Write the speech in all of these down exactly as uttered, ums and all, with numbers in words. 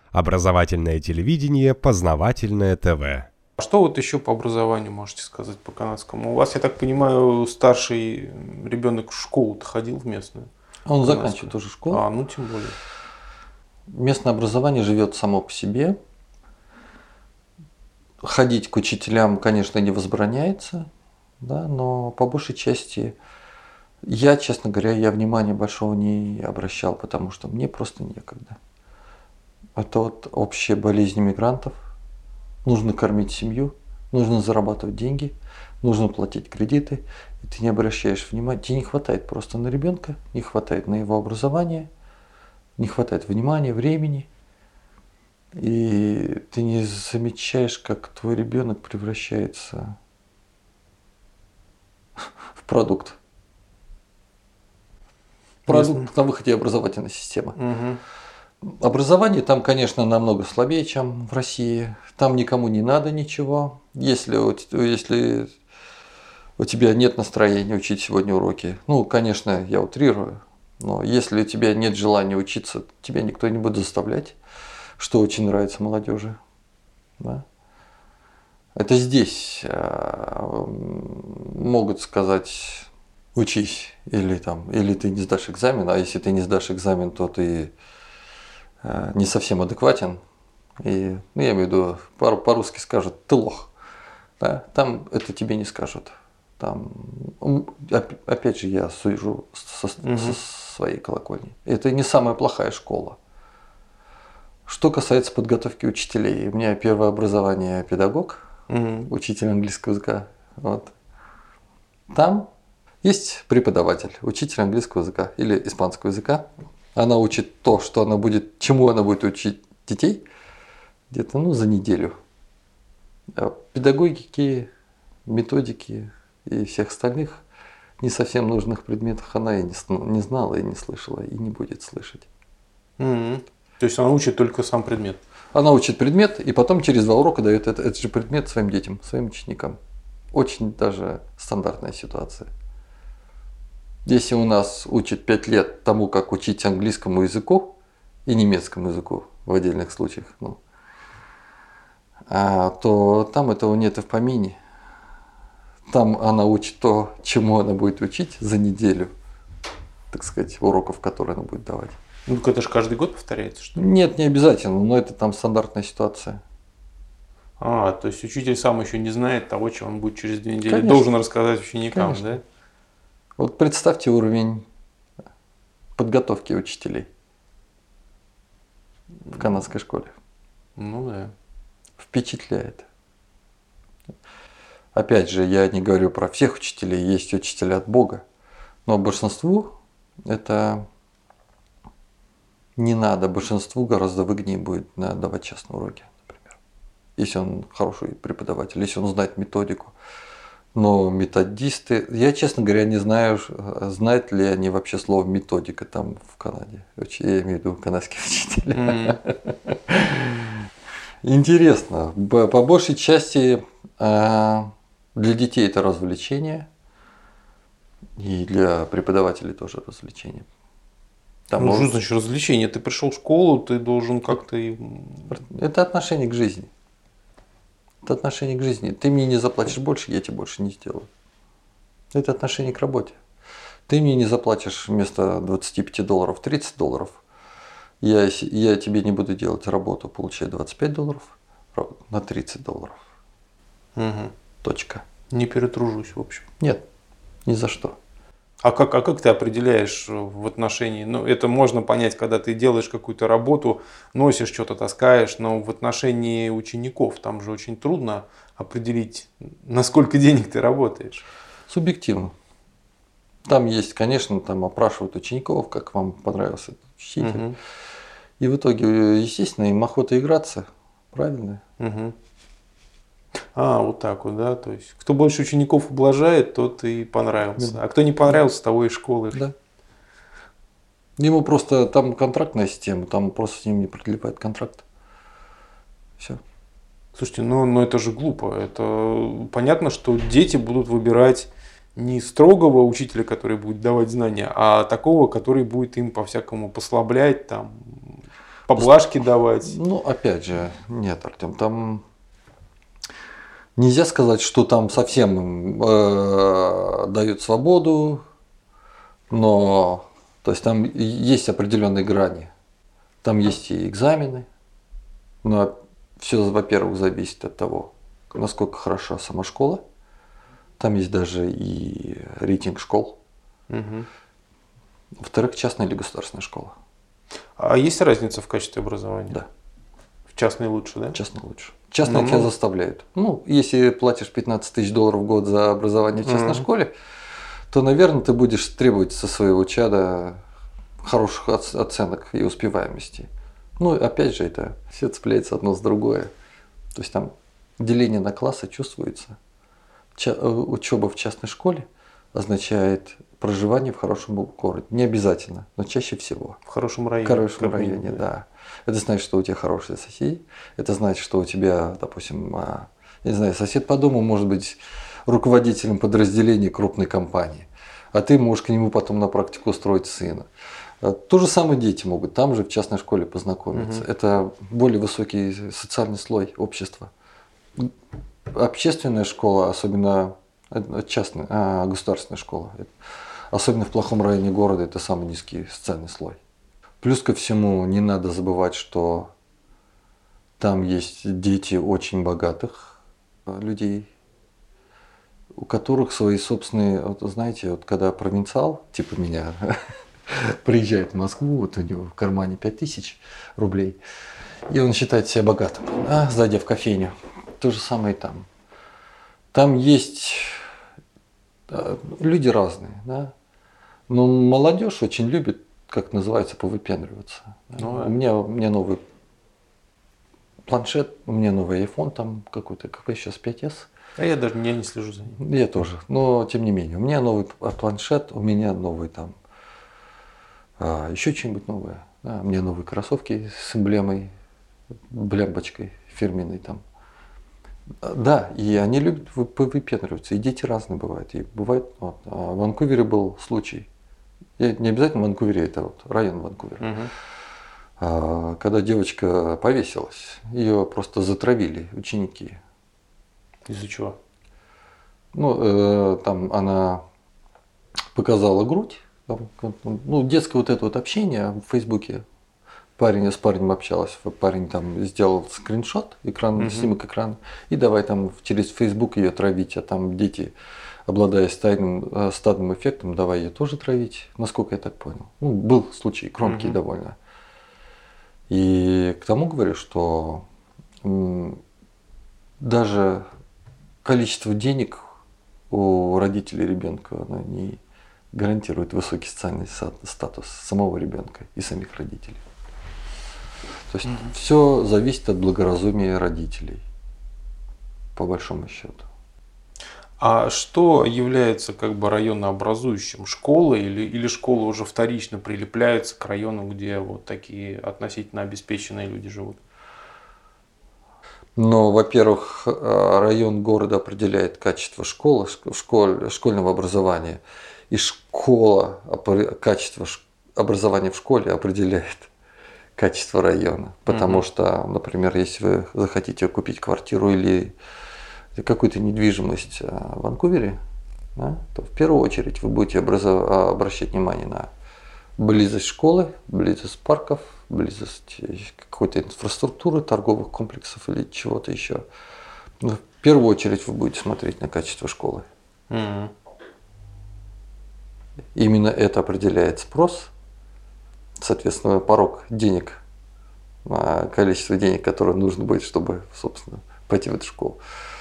Образовательное телевидение, познавательное ТВ. А что вот еще по образованию можете сказать по канадскому? У вас, я так понимаю, старший ребенок в школу-то ходил в местную? Он заканчивает уже школу. А, ну тем более. Местное образование живет само по себе. Ходить к учителям, конечно, не возбраняется, да, но по большей части я, честно говоря, я внимания большого не обращал, потому что мне просто некогда. Это вот общая болезнь мигрантов. Нужно кормить семью, нужно зарабатывать деньги, нужно платить кредиты, и ты не обращаешь внимания. Тебе не хватает просто на ребенка, не хватает на его образование, не хватает внимания, времени. И ты не замечаешь, как твой ребенок превращается в продукт. Продукт Ясно. На выходе образовательной системы. Угу. Образование там, конечно, намного слабее, чем в России. Там никому не надо ничего. Если, если у тебя нет настроения учить сегодня уроки, ну, конечно, я утрирую, но если у тебя нет желания учиться, тебя никто не будет заставлять, что очень нравится молодежи. Да? Это здесь могут сказать: учись, или, там, или ты не сдашь экзамен, а если ты не сдашь экзамен, то ты не совсем адекватен. И, ну, я имею в виду, по-русски скажут: ты лох. Да? Там это тебе не скажут. Там, опять же, я сужу со, угу. со своей колокольни. Это не самая плохая школа. Что касается подготовки учителей, у меня первое образование педагог, угу. учитель английского языка. Вот. Там есть преподаватель, учитель английского языка или испанского языка. Она учит то, что она будет, чему она будет учить детей, где-то ну, за неделю. А педагогики, методики и всех остальных не совсем нужных предметов она и не, не знала, и не слышала, и не будет слышать. Mm-hmm. То есть она учит только сам предмет? Она учит предмет, и потом через два урока дает этот, этот же предмет своим детям, своим ученикам. Очень даже стандартная ситуация. Если у нас учат пять лет тому, как учить английскому языку и немецкому языку в отдельных случаях, ну, а, то там этого нет и в помине. Там она учит то, чему она будет учить за неделю, так сказать, уроков, которые она будет давать. Ну, это же каждый год повторяется, что ли? Нет, не обязательно, но это там стандартная ситуация. А, то есть учитель сам еще не знает того, чего он будет через две недели Конечно. должен рассказать ученикам, Конечно. Да? Вот представьте уровень подготовки учителей в канадской школе. Ну да. Впечатляет. Опять же, я не говорю про всех учителей, есть учителя от Бога, но большинству это не надо, большинству гораздо выгоднее будет давать частные уроки, например, если он хороший преподаватель, если он знает методику. Но методисты, я, честно говоря, не знаю, знают ли они вообще слово методика там в Канаде. Я имею в виду канадские учителя. Mm. Интересно. По большей части для детей это развлечение, и для преподавателей тоже развлечение. Там ну, может... что значит развлечение? Ты пришел в школу, ты должен как-то... Это отношение к жизни. Это отношение к жизни. Ты мне не заплатишь больше, я тебе больше не сделаю. Это отношение к работе. Ты мне не заплатишь вместо двадцати пяти долларов тридцать долларов. Я, я тебе не буду делать работу, получая двадцать пять долларов на тридцать долларов. Угу. Точка. Не перетружусь, в общем. Нет, ни за что. А как, а как ты определяешь в отношении, ну это можно понять, когда ты делаешь какую-то работу, носишь что-то, таскаешь, но в отношении учеников там же очень трудно определить, на сколько денег ты работаешь. Субъективно. Там есть, конечно, там опрашивают учеников, как вам понравился этот учитель. Угу. И в итоге, естественно, им охота играться, правильно? Угу. А, вот так вот, да, то есть, кто больше учеников ублажает, тот и понравился, да. А кто не понравился, того из школы. Да. Ему просто, там контрактная система, там просто с ним не продлевает контракт. Все. Слушайте, ну, ну это же глупо, это понятно, что дети будут выбирать не строгого учителя, который будет давать знания, а такого, который будет им по-всякому послаблять там. Поблажки давать. Ну, опять же, нет, Артем, там нельзя сказать, что там совсем э, дают свободу, но то есть там есть определенные грани. Там есть и экзамены, но все, во-первых, зависит от того, насколько хороша сама школа. Там есть даже и рейтинг школ. Угу. Во-вторых, частная или государственная школа. А есть разница в качестве образования? Да. В частной лучше, да? Частная лучше. Частная Ну, тебя ну. заставляют. Ну, если платишь пятнадцать тысяч долларов в год за образование в частной Мгм. школе, то, наверное, ты будешь требовать со своего чада хороших оц- оценок и успеваемости. Ну, опять же, это все цепляется одно с другое. То есть там деление на классы чувствуется. Ча- э, учеба в частной школе означает проживание в хорошем городе. Не обязательно, но чаще всего. В хорошем районе. В хорошем как районе, минимум, да. Это значит, что у тебя хорошие соседи. Это значит, что у тебя, допустим, а, не знаю, сосед по дому может быть руководителем подразделения крупной компании, а ты можешь к нему потом на практику устроить сына. А, То же самое дети могут там же в частной школе познакомиться. Мгм. Это более высокий социальный слой общества. Общественная школа, особенно э, частная, а, государственная школа, это- особенно в плохом районе города, это самый низкий социальный слой. Плюс ко всему, не надо забывать, что там есть дети очень богатых э, людей, у которых свои собственные, вот, знаете, вот когда провинциал, типа меня, приезжает в Москву, вот у него в кармане пять тысяч рублей, и он считает себя богатым, а, зайдя в кофейню. То же самое и там. Там есть э, люди разные, да. Но молодежь очень любит, как называется, повыпендриваться. Да. Ну да. У меня, у меня новый планшет, у меня новый iPhone, там какой-то, какой сейчас пять эс. А я даже я не слежу за ним. Я тоже, но тем не менее. У меня новый п- планшет, у меня новый там, а, еще что-нибудь новое. Да, у меня новые кроссовки с эмблемой, блямбочкой фирменной там. А, Да, и они любят вы- повыпендриваться. И дети разные бывают. И бывает, вот, а, в Ванкувере был случай. И не обязательно в Ванкувере, это вот район Ванкувера. Мгм. А, Когда девочка повесилась, ее просто затравили ученики. Из-за чего? Ну, э, там она показала грудь, там, как- ну, детское вот это вот общение в Фейсбуке. Парень с парнем общалась, парень там сделал скриншот, экран, Мгм. снимок экрана, и давай там через Фейсбук ее травить, а там дети, обладая стадным, э, стадным эффектом, давай ее тоже травить, насколько я так понял. Ну, был случай, громкий Мгм. довольно. И к тому говорю, что м, даже количество денег у родителей ребенка оно не гарантирует высокий социальный са- статус самого ребенка и самих родителей. То есть все зависит от благоразумия родителей, по большому счету. А что является как бы районообразующим? Школа или, или школы уже вторично прилепляются к району, где вот такие относительно обеспеченные люди живут? Но, во-первых, э, район города определяет качество школы, шк- школь- школьного образования, и школа, опре- качество ш- образования в школе определяет качество района. Потому Мгм. что, например, если вы захотите купить квартиру или какую-то недвижимость э, в Ванкувере, да, то в первую очередь вы будете образо- обращать внимание на близость школы, близость парков, близость э, какой-то инфраструктуры, торговых комплексов или чего-то еще. Но в первую очередь вы будете смотреть на качество школы. Мгм. Именно это определяет спрос, соответственно, порог денег, а, количество денег, которое нужно будет, чтобы, собственно, пойти в эту школу.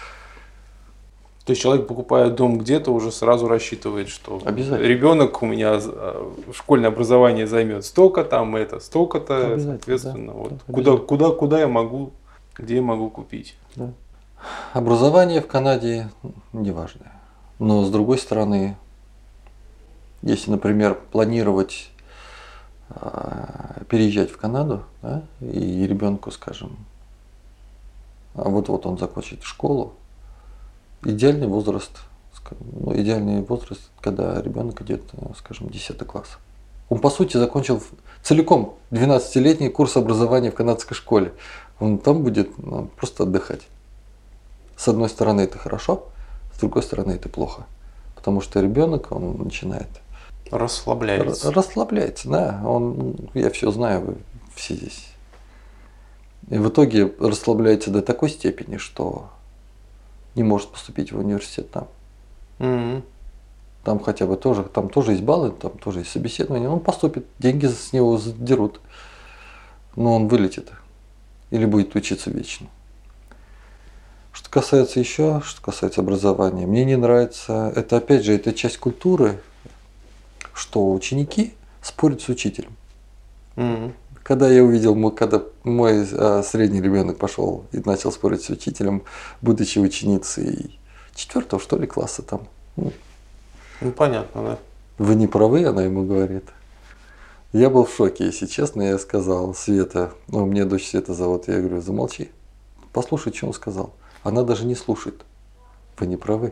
То есть человек, покупая дом где-то, уже сразу рассчитывает, что Обязательно. ребенок у меня э, школьное образование займет столько, там это столько-то, Обязательно, соответственно, да, вот да, куда, обязательно. куда, куда я могу, где я могу купить. Да. Образование в Канаде неважное. Но с другой стороны, если, например, планировать а, переезжать в Канаду, да, и ребенку, скажем, а вот-вот он закончит школу, идеальный возраст, ска- ну, идеальный возраст, когда ребенок идет, скажем, десятый класс. Он, по сути, закончил целиком двенадцатилетний курс образования в канадской школе. Он там будет ну, просто отдыхать. С одной стороны, это хорошо, с другой стороны, это плохо. Потому что ребенок, он начинает Расслабляется. Расслабляется, да. Он, я все знаю, вы все здесь. И в итоге расслабляется до такой степени, что не может поступить в университет там. Mm-hmm. Там хотя бы тоже, там тоже есть баллы, там тоже есть собеседование. Он поступит, деньги с него задерут. Но он вылетит. Или будет учиться вечно. Что касается еще, что касается образования, мне не нравится, это опять же, это часть культуры, что ученики спорят с учителем. Mm-hmm. Когда я увидел, когда мой а, средний ребенок пошел и начал спорить с учителем, будучи ученицей четвертого, что ли, класса там. Ну, ну понятно, да. Вы не правы, она ему говорит. Я был в шоке, если честно, я сказал, Света, ну, мне дочь Света зовут, я говорю, замолчи, послушай, что он сказал. Она даже не слушает. Вы не правы.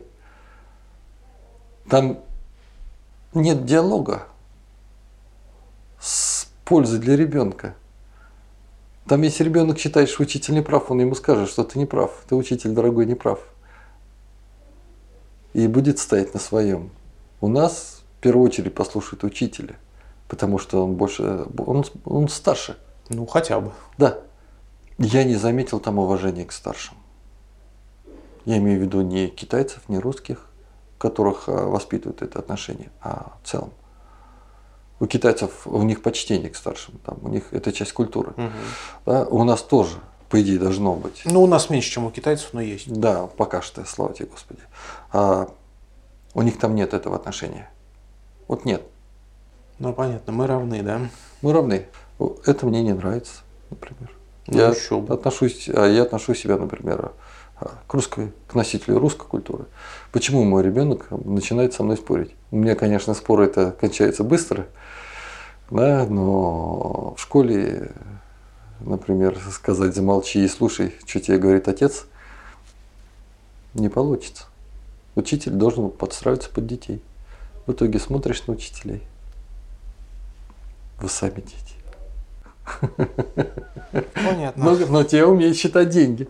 Там нет диалога с пользой для ребенка. Там, если ребенок считает, что учитель не прав, он ему скажет, что ты не прав, ты, учитель дорогой, не прав. И будет стоять на своем. У нас в первую очередь послушает учителя, потому что он больше, он, он старше. Ну, хотя бы. Да. Я не заметил там уважения к старшим. Я имею в виду не китайцев, не русских, которых воспитывают это отношение, а в целом. У китайцев, у них почтение к старшим, там, у них это часть культуры. Угу. Да, у нас тоже, по идее, должно быть. Ну, у нас меньше, чем у китайцев, но есть. Да, пока что, слава тебе, Господи. А у них там нет этого отношения. Вот нет. Ну, понятно, мы равны, да? Мы равны. Это мне не нравится, например. Ну, я, еще бы. отношусь, я отношу себя, например, к русской, к носителю русской культуры. Почему мой ребенок начинает со мной спорить? У меня, конечно, спор это кончается быстро, да, но в школе, например, сказать замолчи и слушай, что тебе говорит отец, не получится. Учитель должен подстраиваться под детей. В итоге смотришь на учителей. Вы сами дети. Понятно. Но, но те умеют считать деньги.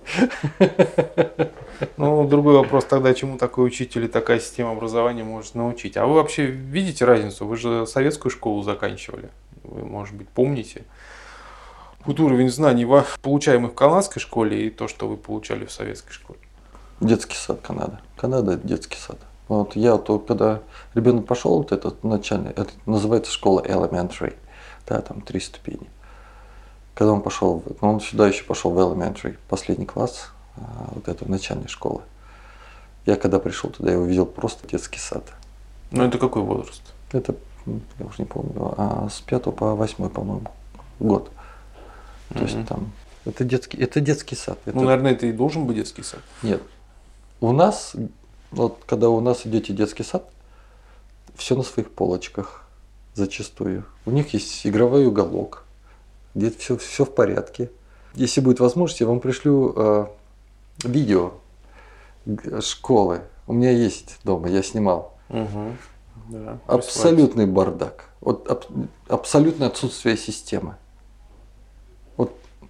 Ну, другой вопрос тогда, чему такой учитель и такая система образования может научить. А вы вообще видите разницу? Вы же советскую школу заканчивали. Вы, может быть, помните вот уровень знаний, получаемых в канадской школе, и то, что вы получали в советской школе? Детский сад Канада. Канада – это детский сад. Вот я, то, когда ребенок пошел, вот этот начальный, это называется школа elementary, да, там три ступени. Когда он пошел, он сюда еще пошел в elementary, последний класс вот этой начальной школы. Я когда пришел туда, я увидел просто детский сад. Ну это какой возраст? Это, я уже не помню, а с пятого по восьмой, по-моему, год. То mm-hmm. есть там, это детский, это детский сад. Это... Ну, наверное, это и должен быть детский сад. Нет. У нас, вот когда у нас идете в детский сад, все на своих полочках зачастую. У них есть игровой уголок, где все, все в порядке. Если будет возможность, я вам пришлю э, видео школы. У меня есть дома, я снимал. Угу. Да, абсолютный бардак. Вот, аб, абсолютное отсутствие системы. Вот.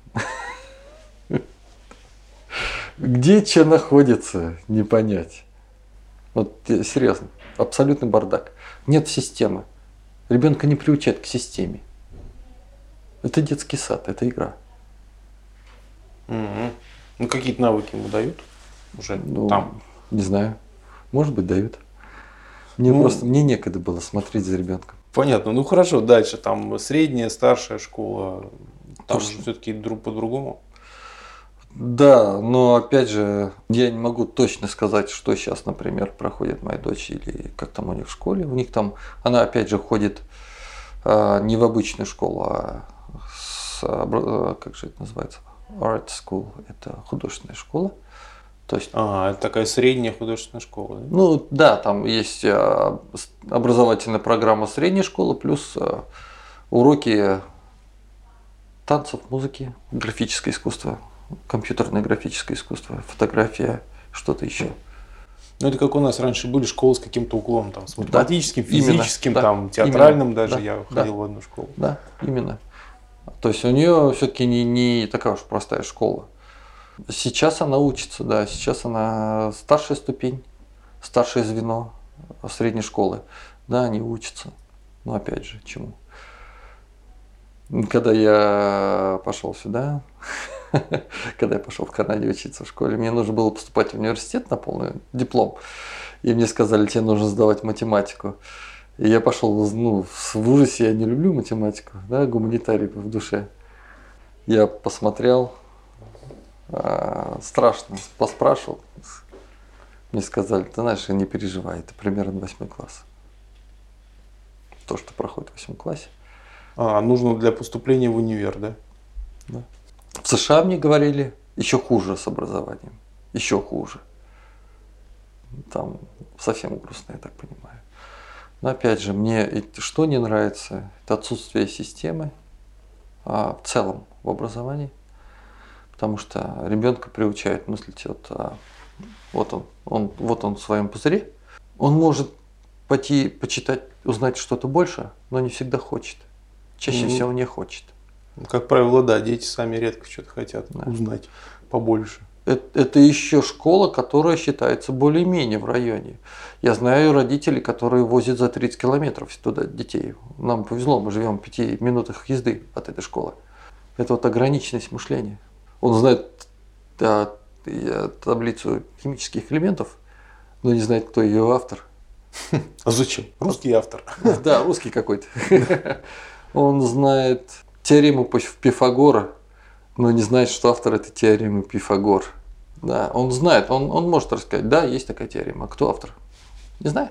Где что находится, не понять. Вот серьезно, абсолютный бардак. Нет системы. Ребенка не приучают к системе. Это детский сад, это игра. Угу. Ну какие-то навыки ему дают уже ну, там? Не знаю. Может быть, дают. Мне ну, просто мне некогда было смотреть за ребенком. Понятно. Ну хорошо, дальше там средняя, старшая школа. Там же все-таки друг по-другому. Да, но опять же, я не могу точно сказать, что сейчас, например, проходит моя дочь или как там у них в школе. У них там, она опять же ходит а, не в обычную школу, а с, а, как же это называется, art school, это художественная школа. То есть, а, это такая средняя художественная школа. Да? Ну да, там есть а, образовательная программа средней школы, плюс а, уроки танцев, музыки, графическое искусство. Компьютерное графическое искусство, фотография, что-то еще. Ну, это как у нас раньше были школы с каким-то уклоном, там, с математическим, да, физическим, именно, там, да, театральным именно, даже. да, Я да, ходил в одну школу. Да, именно. То есть у нее все-таки не, не такая уж простая школа. Сейчас она учится, да, сейчас она старшая ступень, старшее звено средней школы. Да, они учатся. Но опять же, чему? Когда я пошел сюда, когда я пошел в Канаде учиться в школе, мне нужно было поступать в университет на полный диплом. И мне сказали, тебе нужно сдавать математику. И я пошел, ну, в ужасе, я не люблю математику, да, гуманитарий в душе. Я посмотрел, а, страшно, поспрашивал. Мне сказали, ты знаешь, не переживай, это примерно восьмой класс. То, что проходит в восьмом классе. А, нужно для поступления в универ, да? Да. В США мне говорили, еще хуже с образованием, еще хуже. Там совсем грустно, я так понимаю. Но опять же, мне что не нравится, это отсутствие системы а, в целом в образовании. Потому что ребенка приучают мыслить, вот, а, вот, он, он, вот он в своем пузыре. Он может пойти почитать, узнать что-то больше, но не всегда хочет. Чаще mm-hmm. всего не хочет. Как правило, да, дети сами редко что-то хотят да. узнать побольше. Это, это еще школа, которая считается более-менее в районе. Я знаю родителей, которые возят за тридцать километров туда детей. Нам повезло, мы живем в пяти минутах езды от этой школы. Это вот ограниченность мышления. Он знает да, таблицу химических элементов, но не знает, кто ее автор. А зачем? Русский автор. Да, русский какой-то. Он знает теорему Пифагора, но не знает, что автор этой теоремы Пифагор. Да, он знает, он, он может рассказать, да, есть такая теорема, а кто автор? Не знает.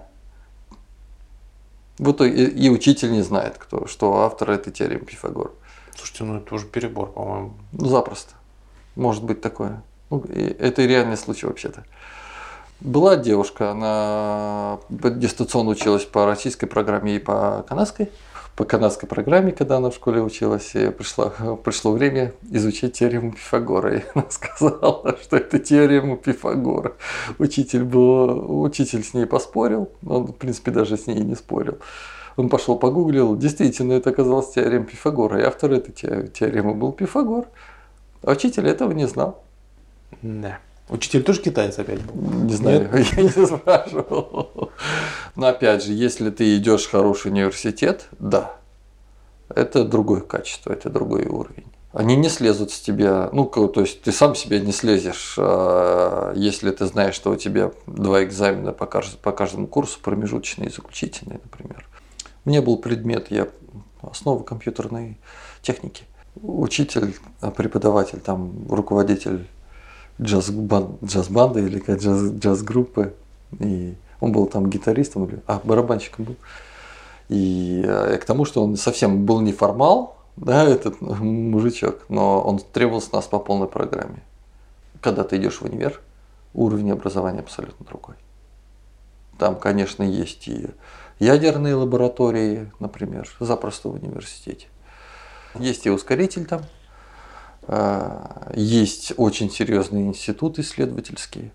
В итоге и, и учитель не знает, кто, что автор этой теоремы Пифагора. Слушайте, ну это тоже перебор, по-моему. Ну, запросто. Может быть такое. Ну, это реальный случай вообще-то. Была девушка, она дистанционно училась по российской программе и по канадской. По канадской программе, когда она в школе училась, и пришло, пришло время изучить теорему Пифагора. И она сказала, что это теорема Пифагора. Учитель, был, учитель с ней поспорил, он, в принципе, даже с ней не спорил. Он пошел погуглил, действительно, это оказалась теорема Пифагора. И автор этой теоремы был Пифагор. А учитель этого не знал. Да. Учитель тоже китаец опять был? Не знаю, Нет? Я не спрашивал. Но опять же, если ты идешь в хороший университет, да, это другое качество, это другой уровень. Они не слезут с тебя, ну, то есть ты сам себя не слезешь, если ты знаешь, что у тебя два экзамена по каждому курсу, промежуточный и заключительный, например. У меня был предмет, я основы компьютерной техники. Учитель, преподаватель, там, руководитель джаз-бан, джаз-банды или джаз, джаз-группы. И он был там гитаристом, или, а, барабанщиком был. И э, к тому, что он совсем был неформал, да, этот мужичок, но он требовал с нас по полной программе. Когда ты идешь в универ, уровень образования абсолютно другой. Там, конечно, есть и ядерные лаборатории, например, запросто в университете. Есть и ускоритель там. Есть очень серьезные институты исследовательские,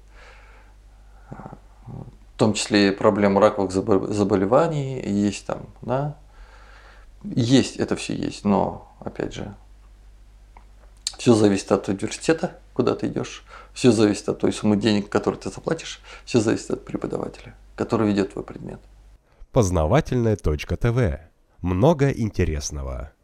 в том числе и проблемы раковых заболеваний, есть там, да, есть, это все есть, но, опять же, все зависит от университета, куда ты идешь, все зависит от той суммы денег, которую ты заплатишь, все зависит от преподавателя, который ведет твой предмет. Познавательная точка ТВ. Много интересного.